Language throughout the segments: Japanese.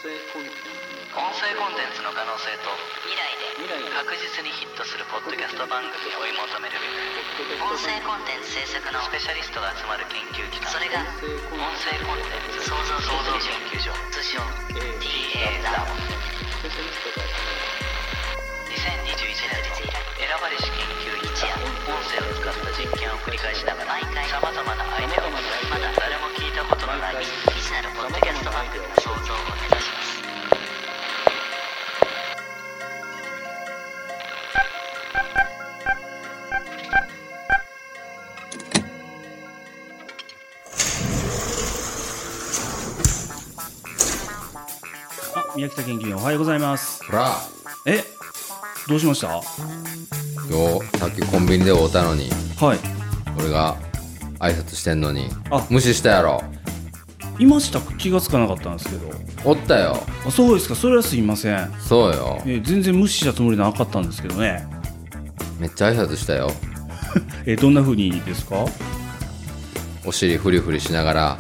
コンテンツの可能性と未来で確実にヒットするポッドキャスト番組を追い求める音声コンテンツ制作のスペシャリストが集まる研究機関、それが音声コンテンツ創造研究所、通称 TA ラボ。2021年の選ばれし研究一夜、音声を使った実験を繰り返しながら毎回さまざまなアイデアを持ち、まだ誰も聞いたことのない未知なるポッドキャスト番組の創造を目指します。 宮北研究員おはようございます。 ほら、 どうしました？ 今日さっきコンビニで会うたのに、 はい。 俺が挨拶してんのにあ、 無視したやろ。 いました。気がつかなかったんですけど。 おったよ。 あ、そうですか。それはすいません。 そうよ。 全然無視したつもりなかったんですけどね。 めっちゃ挨拶したよ。 どんな風にですか？ お尻フリフリしながら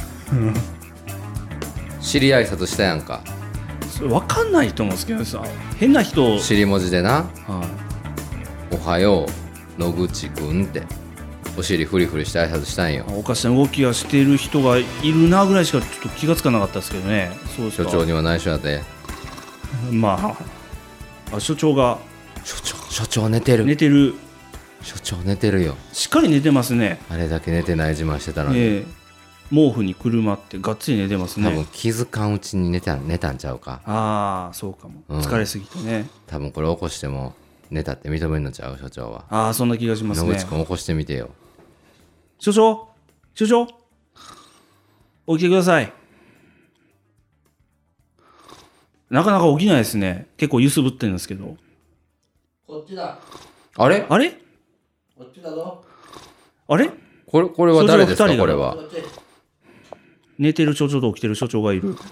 尻挨拶したやんか。 それ分かんないと思うんですけどさ、変な人。 尻文字でな、 はおはよう野口くんってお尻フリフリして挨拶したんよ。 おかしな動きがしている人がいるなぐらいしかちょっと気がつかなかったですけどね。そうですか。 所長には内緒やで。 まあ、所長が所長寝てる。 寝てる。 所長寝てるよ。 しっかり寝てますね。 あれだけ寝てない自慢してたのに、 毛布にくるまってがっつり寝てますね。 多分気づかんうちに寝たんちゃうか。 ああ、そうかも、疲れすぎてね。 多分これ起こしても寝たって認めるのちゃう、所長は。 ああ、そんな気がしますね。 野口くん起こしてみてよ。 所長起きてください。なかなか起きないですね。結構揺すぶってるんですけど。 こっちだ。 あれあれこっちだぞ。 あれこれは誰ですか？ 所長二人がこれはこっち。 寝てる所長と起きてる所長がいる。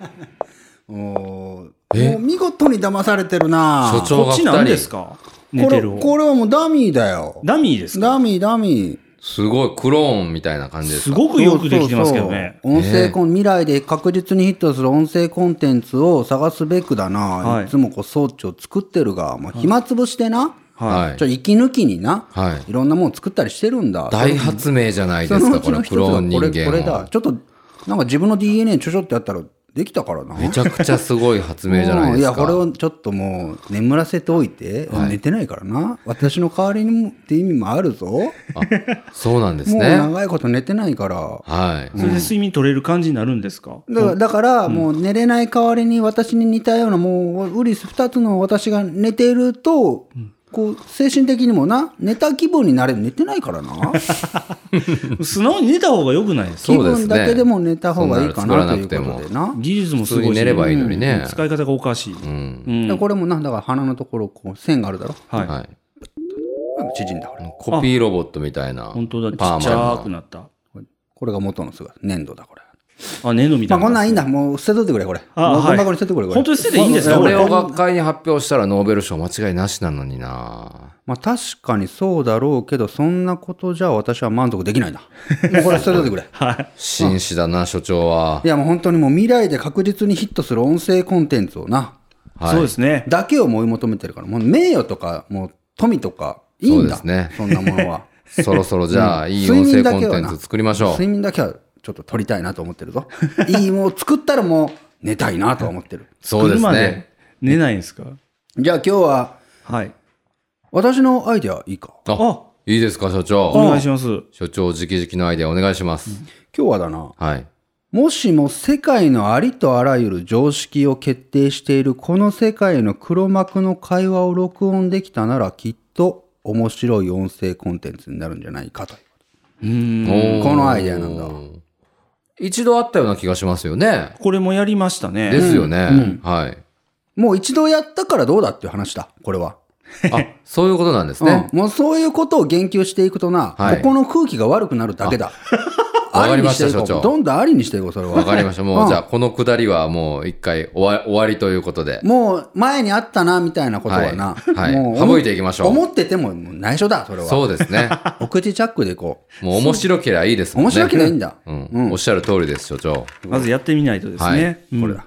もう見事に騙されてるな。 所長が2 こっちなんです人。 か？寝てる方。 これはもうダミーだよ。 ダミーですか？ ダミー。 すごいクローンみたいな感じですすか？ ごくよくできてますけどね。 そう音声未来で確実にヒットする音声コンテンツを探すべくだな。 はいいつもこう装置を作ってるが、暇つぶしてな。 はい息抜きにな、 はいいろんなもの作ったりしてるんだ。 大発明じゃないですか、これクローン人間これだ。 を。 ちょっとなんか自分の DNA ちょってやったらできたからな。 めちゃくちゃすごい発明じゃないですか。 いや、これをちょっともう眠らせておいて、寝てないからな。私の代わりにもって意味もあるぞ。 あ、そうなんですもうね。 長いこと寝てないから。 はい。 それで睡眠取れる感じになるんですか？ だからもう寝れない代わりに私に似たようなもうウリス2つの私が寝ていると、こう精神的にもな寝た気分になれる。寝てないからな。 素直に寝た方が良くないですか？ 気分だけでも寝た方がいいかなということでな。 技術もすごいし、 普通に寝ればいいのにね。 使い方がおかしい。 でこれもな、だから鼻のところこう線があるだろ。 はい。 はい。 縮んだこれ。 コピーロボットみたいな。 本当だ。ちパーっちゃマンの。 くなった。 これが元の姿。粘土だこれ。 あ、粘土みたいな。 こんなんいいんだ。もう捨てといてくれこれ。 あ、 ゴミはい。 箱に捨ててくれこれ。 本当に捨てていいんですか？ これをこれ学会に発表したらノーベル賞間違いなしなのにな。 まあ確かにそうだろうけど、そんなことじゃ私は満足できないな。もうこれ捨てといてくれ。 紳士だな、所長は。 いやもう本当にもう未来で確実にヒットする音声コンテンツをな、 はい。 そうですね。 だけを追い求めてるから、もう名誉とか、もう富とか、いいんだ。 そうですねそんなものは。 そろそろじゃあ、いい音声コンテンツ作りましょう。 睡眠だけはちょっと取りたいなと思ってるぞ。いいもう作ったらもう寝たいなと思ってる。 そうです車でね。 寝ないんですか？ じゃあ今日は、 はい。 私のアイデアいいか。 あ、いいですか、所お長。 願いします。 所長直々のアイデアお願いします。 今日はだな、 はい。 もしも世界のありとあらゆる常識を決定しているこの世界の黒幕の会話を録音できたならきっと面白い音声コンテンツになるんじゃないかという。 おーこのアイデアなんだ。 一度あったような気がしますよね。 これもやりましたね。 ですよね。はい。 もう一度やったからどうだっていう話だ、これは。 あ、そういうことなんですね。 もうそういうことを言及していくとな、 はいここの空気が悪くなるだけだ。 わかりましたありにしていこう所長どんどんありにしていこう、それは。 わかりました。もう、じゃあ、このくだりはもう一回終わりということで。 もう前にあったな、みたいなことはな。 はいもう省いていきましょう思っててももう内緒だ、それは。 そうですね。 お口チャックでいこう。 もう面白けりゃいいですもんね。 面白ければいいんだ。 おっしゃる通りです、所長。 まずやってみないとですね。 はいうんこれだ。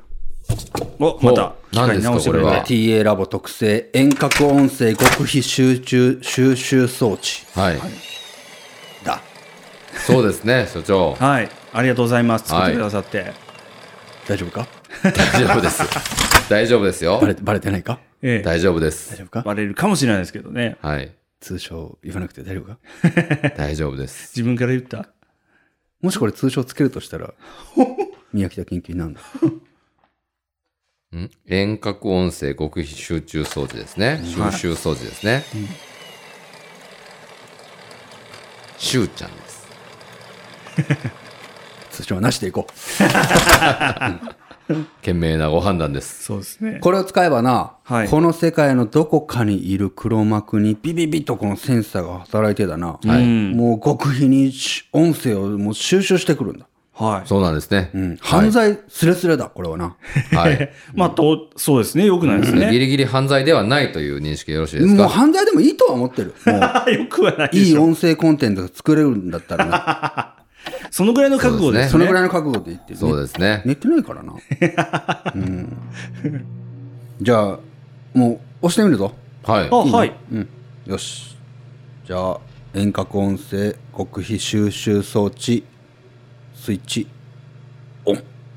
お、また何ですか直してくれてこれは TA ラボ特製遠隔音声極秘収集装置はい。 だ。 そうですね、所長。 はい、ありがとうございます。作ってくださって。 大丈夫か？ 大丈夫です。大丈夫ですよ。 バレてないか？ ええ、 大丈夫で大す丈。夫か？ バレるかもしれないですけどね。 はい。 通称言わなくて大丈夫か？ 大丈夫です。 自分から言った。 もしこれ通称つけるとしたら宮北研究になるんだ。 遠隔音声極秘集中装置ですね。収集装置ですね。しゅうちゃんです。 通称はなしでいこ賢明なご判断です。 そうですねう。。これを使えばな、 はいこの世界のどこかにいる黒幕にビビビとこのセンサーが働いてだな、もう極秘に音声をもう収集してくるんだ。 はい。 そうなんですね。 犯罪スレスレだ、これはな。 はい。 まあ、そうですね。よくないですね。 ギリギリ犯罪ではないという認識でよろしいですもうか？ 犯罪でもいいとは思ってる。もうよくはないでいいしょ。 音声コンテンツが作れるんだったらな、 そのぐらいの覚悟ですね。 そのぐらいの覚悟で言ってる、 そうですね。 寝てないからな。じゃあ、もう押してみるぞ。 はいあ、。はい。 よし。じゃあ、遠隔音声極秘収集装置、スイッチ、オン。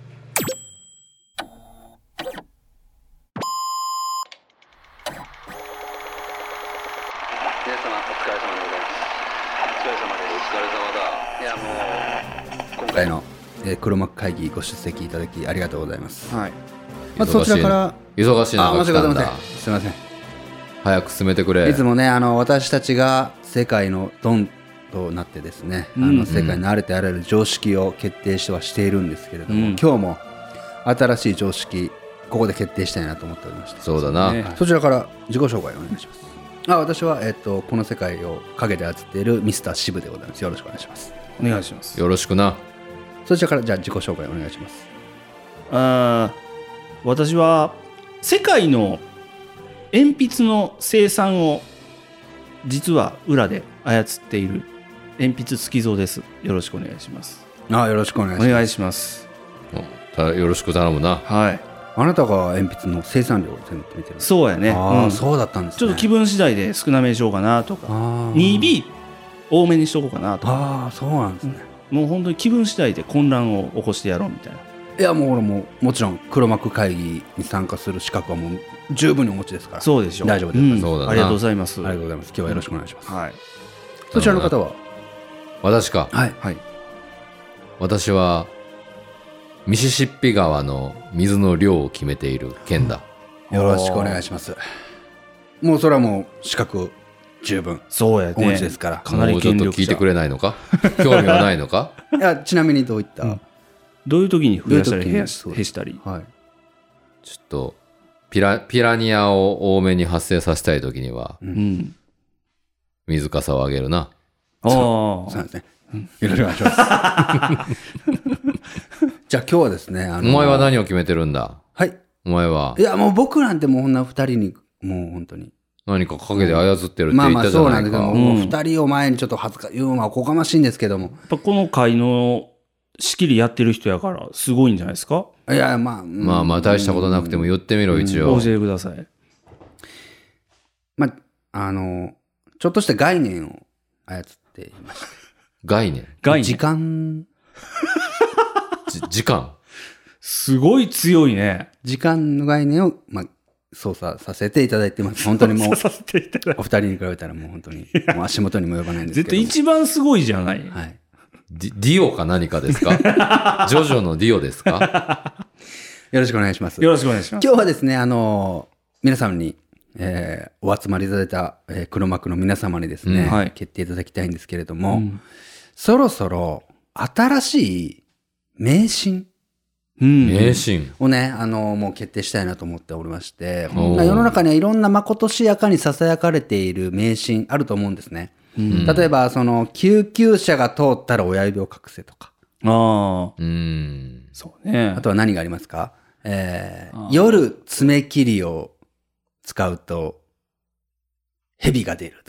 皆様、お疲れ様でございます。お疲れ様です。 お疲れ様だ。 いや、もう、今回の、黒幕会議ご出席いただきありがとうございます。 はい。 まずそちらから、 忙しい中来たんだ。 すいません。 早く進めてくれ。 いつもね、私たちが世界のドンとなってですね、世界のあれとあらゆる常識を決定してはしているんですけれども、今日も新しい常識、ここで決定したいなと思っておりまして、 そうだな。 ねそちらから自己紹介をお願いします。私は、この世界を陰で操っているミスターシブでございます。よろしくお願いします。 お願いします。 よろしくな。 そちらからじゃあ自己紹介お願いします。 私は世界の鉛筆の生産を実は裏で操っている鉛筆好き蔵です。よろしくお願いします。 よろしくお願いします。 お願いします。 よろしく頼むな。 はい。 あなたが鉛筆の生産量を全部決めてるんですか？ そうやね。うんそうだったんですね。 ちょっと気分次第で少なめにしようかなとか、2B 多めにしとこうかなとか、 そうなんですね。 もう本当に気分次第で混乱を起こしてやろうみたいな。 いや、もう俺もちろん黒幕会議に参加する資格はもう十分にお持ちですから。 そうでしょう。 大丈夫です。 そうだなありがとうございます。 ありがとうございます。今日はよろしくお願いします。 はい。 そちらの方は、 私か。 はい。 はい。 私はミシシッピ川の水の量を決めている県だ。 よろしくお願いします。もうそれはもう資格十分そうやね。 お持ちですから。 かなりもうちょっ権力者と聞いてくれないのか？興味はないのか？ いや、ちなみにどういった、 どういう時に増やしたりどういう時に減したり。 はい。 ちょっとピラニアを多めに発生させたい時にはうん。 水かさを上げるな。 ああ。 そうなんですね。よろしくお願いします。じゃあ今日はですね、 お前は何を決めてるんだ？ はい。 お前はいや、もう僕なんてもうこんな二人に、もう本当に。 何か陰で操ってるってまあまあ言ったじそうなんですけど、 ゃないか。 もう二人を前にちょっと恥ずか言うのはおこがましいんですけども。 やっぱこの会の仕切りやってる人やからすごいんじゃないですか？ いや、まあ、 まあまあ大したことなくても言ってみろ一応。 教えてください。 まあ、ちょっとした概念を操っていまして。 概念。 時概念。 間、 時間。 すごい強いね。 時間の概念を、操作させていただいてます。本当にもう、 させていただいてお二人に比べたらもう本当に、もう足元にも及ばないんです絶けど。 対一番すごいじゃない。 はい。 ディオか何かですか？ジョジョのディオですか？ よろしくお願いします。 よろしくお願いします。 今日はですね、皆様に、お集まりいただいた、黒幕の皆様にですね、 はい決定いただきたいんですけれども、そろそろ新しい迷信うん。 迷信。 をね、もう決定したいなと思っておりまして、 おー世の中にはいろんなまことしやかに囁かれている迷信あると思うんですね。例えば、救急車が通ったら親指を隠せとか、 ああ。そうね。 あとは何がありますか？夜爪切りを使うと蛇が出るとかね。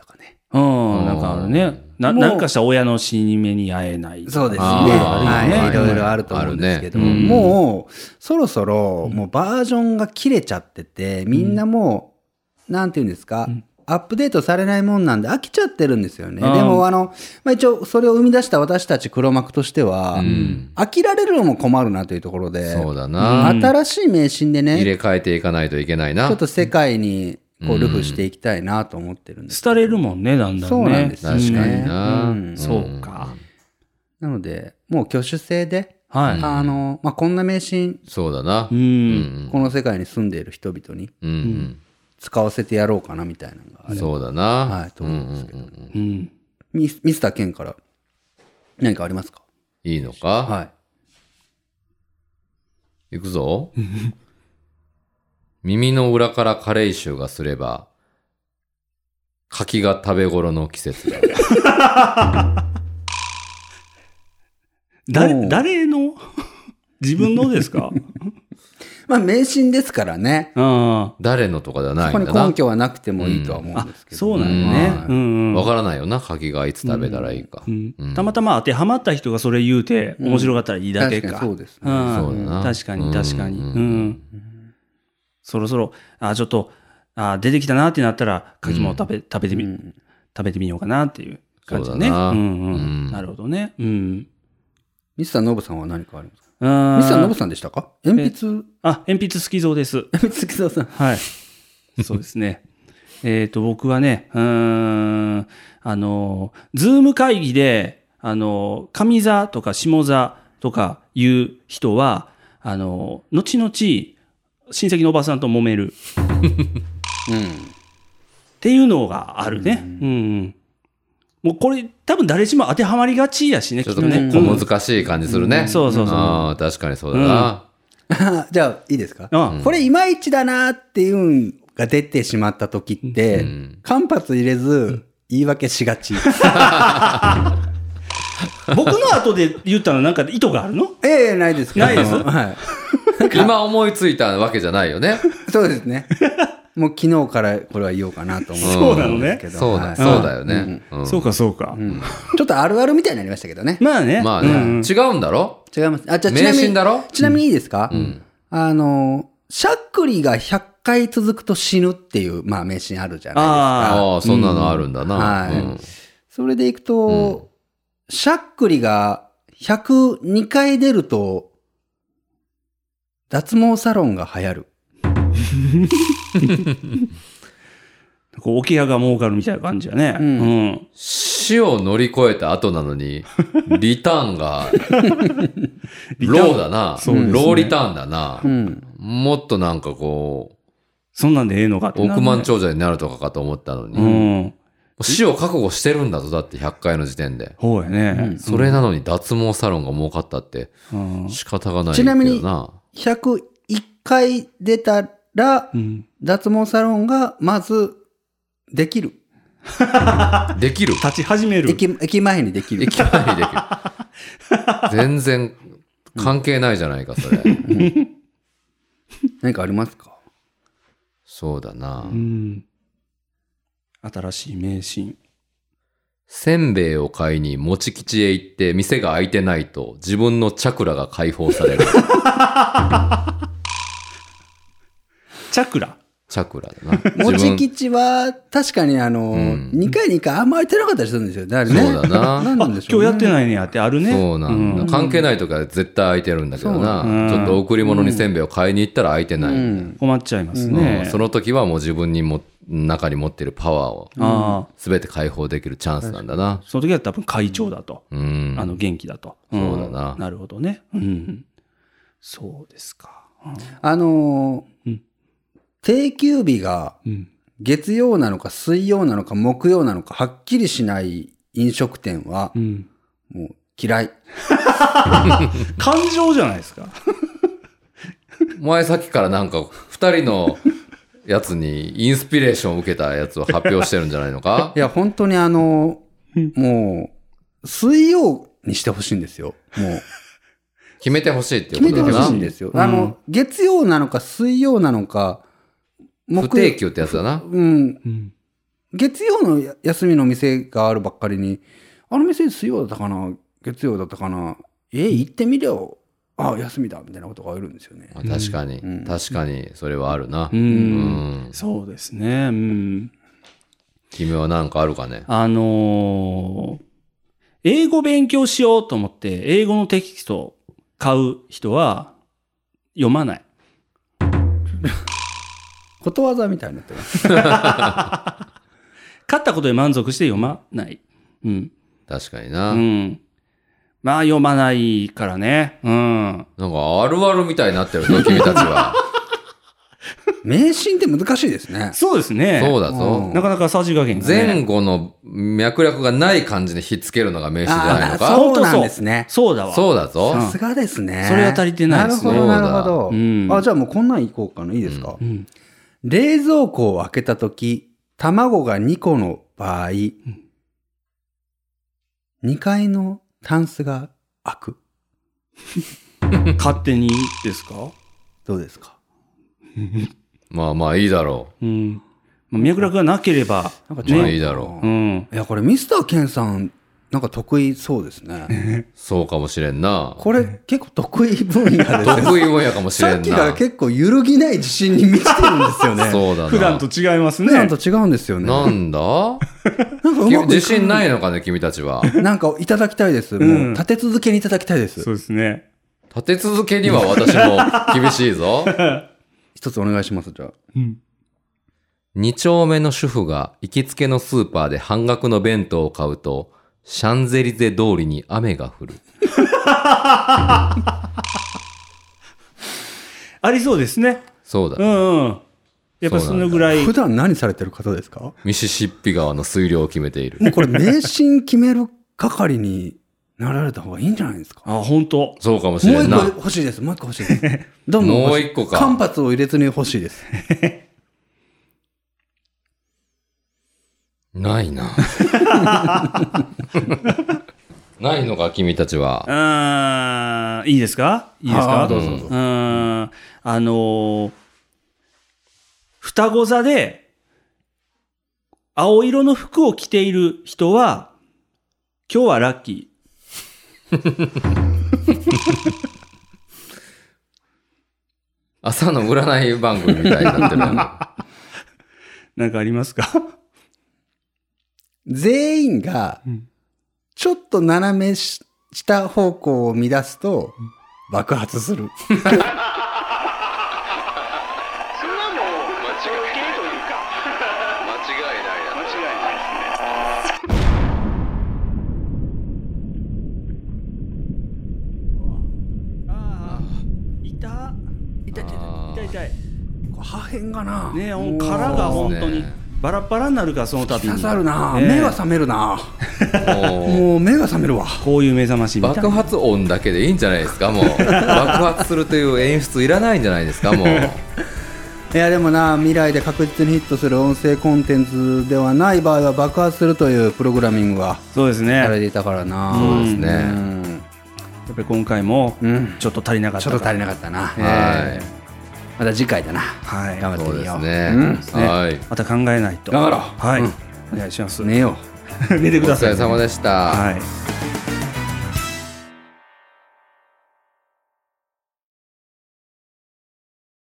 なんかあるね。なんかした親の死に目に会えない。 そうですね。 あーはい。いろいろあると思うんですけども、 あるねもう、そろそろ、もうバージョンが切れちゃってて、みんなもう、なんていうんですか、アップデートされないもんなんで飽きちゃってるんですよね。でも、一応、それを生み出した私たち黒幕としては、飽きられるのも困るなというところで、 そうだな。 新しい迷信でね、 入れ替えていかないといけないな。 ちょっと世界に、こう、ルフしていきたいなと思ってるんです。 廃れるもんね、だんだんね。 そうなんですよね。 確かにな。 そうか。 なので、もう挙手制で、 はい。 こんな迷信、 そうだな。 うん。 この世界に住んでいる人々に使わせてやろうかなみたいなのがあればそうだな。 はい、と思うんですけど。 うん。 ミスターケンから何かありますか？ いいのかはい。 いくぞ。耳の裏から加齢臭がすれば、柿が食べ頃の季節だ。 誰の自分のですか？ 迷信ですからね。 誰のとかではないそこんだな。 に根拠はなくてもいいとは思うんですけど。 そうなんよね。 わからないよな、柿がいつ食べたらいいか。 たまたま当てはまった人がそれ言うて面白かったらいいだけか。 確かにそうですね。 そうだな。 確かに確かに。そろそろ、ちょっと、出てきたなってなったら、柿も食べてみようかなっていう感じだね。 そうだな。 なるほどね。 ミスターノブさんは何かありますか？ミスターノブさんでしたか？鉛筆鉛筆好きぞです。 鉛筆好きぞさん。 はい。そうですね。僕はね、ズーム会議で、上座とか下座とかいう人は、後々、親戚のおばさんと揉める。っていうのがあるね。もうこれ多分誰しも当てはまりがちやしね、 ちょっとね、難しい感じするね。 そう。 確かにそうだな。 じゃあ、いいですか？これいまいちだなっていうのが出てしまった時って、間髪入れず言い訳しがち。 僕の後で言ったのなんか意図があるの？ ないですけど。 ないです。 はい。 今思いついたわけじゃないよね。 そうですね。もう昨日からこれは言おうかなと思ってそうなのね。 そうだよね。 そうか。 ちょっとあるあるみたいになりましたけどね。 まあね。 違うんだろ？ 違います。じゃあ迷信だろ？ ちなみにいいですか？しゃっくりが100回続くと死ぬっていう、迷信あるじゃないですか。 ああ、そんなのあるんだな。 はい。それでいくと、しゃっくりが102回出ると、脱毛サロンが流行る。 こう起き上が儲かるみたいな感じやね。 死を乗り越えた後なのに、リターンが、ローだな。ローリターンだな。もっとなんかこう、 そんなんでええのかって億万長者になるとかかと思ったのに、死を覚悟してるんだぞ、だって100回の時点で。 そうやね。 それなのに脱毛サロンが儲かったって仕方がないけどな。 ちなみに、101回出たら、脱毛サロンがまずできる。 できる。 立ち始める。 駅前にできる。 駅前にできる。全然関係ないじゃないか、それ。 何かありますか？ そうだな。 新しい迷信。 せんべいを買いに餅吉へ行って店が開いてないと自分のチャクラが解放される。 チャクラだな。 もち吉は確かに2回に1回あんまり開いてなかったりするんですよ。だからね。 そうだな。 何なんでしょうね。 今日やってないねやってあるね。 そうなんだ。関係ないとか絶対開いてるんだけどな。ちょっと贈り物にせんべいを買いに行ったら開いてない。 困っちゃいますね。 その時はもう自分に中に持ってるパワーを全て解放できるチャンスなんだな。 その時は多分会長だと。元気だと。 そうだな。 なるほどね。そうですか。 定休日が月曜なのか水曜なのか木曜なのかはっきりしない飲食店はもう嫌い。 感情じゃないですか。 前さっきからなんか2人のやつにインスピレーションを受けたやつを発表してるんじゃないのか？ いや本当にもう水曜にしてほしいんですよ。もう決めてほしいっていうことだな。 決めてほしいんですよ。月曜なのか水曜なのか不定休ってやつだな。 月曜の休みの店があるばっかりに、あの店水曜だったかな、月曜だったかな、行ってみりゃ、あ、休みだみたいなことがあるんですよね。 確かに、確かにそれはあるな。 そうですね。 君は何かあるかね。 英語勉強しようと思って英語のテキストを買う人は読まない。 ことわざみたいになってます。 買ったことで満足して読まない。 確かにな。 まあ読まないからね。 なんかあるあるみたいになってるぞ、君たちは。 迷信って難しいですね。 そうですね。 そうだぞ。 なかなかさじ加減がね。 前後の脈絡がない感じでひっつけるのが迷信じゃないのか。 そうなんですね。 そうだわ。 そうだぞ。 さすがですね。 それは足りてないですね。 なるほど、なるほど。じゃあもうこんなんいこうかな。いいですか。冷蔵庫を開けたとき、卵が2個の場合、2階のタンスが開く。 勝手にですか？ どうですか？ まあまあいいだろう。 脈絡がなければ、 まあいいだろう。 いや、これミスターケンさん、なんか得意そうですね。 そうかもしれんな。 これ結構得意分野ですね。 得意分野かもしれんな。 さっきから結構揺るぎない自信に満ちてるんですよね。 そうだな。 普段と違いますね。 普段と違うんですよね。 なんだ自信ないのかね、君たちは。 なんかいただきたいです。もう立て続けにいただきたいです。 そうですね。 立て続けには私も厳しいぞ。 一つお願いします、じゃあ。 2丁目の主婦が行きつけのスーパーで半額の弁当を買うと、シャンゼリゼ通りに雨が降る。 ありそうですね。 そうだ。 やっぱそのぐらい。 普段何されてる方ですか？ ミシシッピ川の水量を決めている。 もうこれ迷信決める係になられた方がいいんじゃないですか？ あ、本当。 そうかもしれんな。 もう一個欲しいです。もう一個欲しいです。どんどんもう一個か。 間髪を入れずに欲しいです。 ないな。ないのか、君たちは。 いいですか？いいですか？ どうぞどうぞ。 双子座で青色の服を着ている人は今日はラッキー。 朝の占い番組みたいになってる。 なんかありますか？ 全員がちょっと斜め下方向を乱すと爆発する。 痛い。 破片がな。 ね、殻が本当にバラバラになるから、その度に。 刺さるな。目が覚めるな。もう目が覚めるわ。 こういう目覚ましみたいな。 爆発音だけでいいんじゃないですか、もう。爆発するという演出いらないんじゃないですか、もう。 いやでもな、未来で確実にヒットする音声コンテンツではない場合は爆発するというプログラミングがそうですねされていたからな。 そうですね。 やっぱり今回もちょっと足りなかった。 ちょっと足りなかったな。 はい。 また次回だな。 はい。 頑張ってみよう。 そうですね。はい。 また考えないと。 頑張ろう。 はい。お願いします。 寝よう。寝てください。 お疲れ様でした。 はい。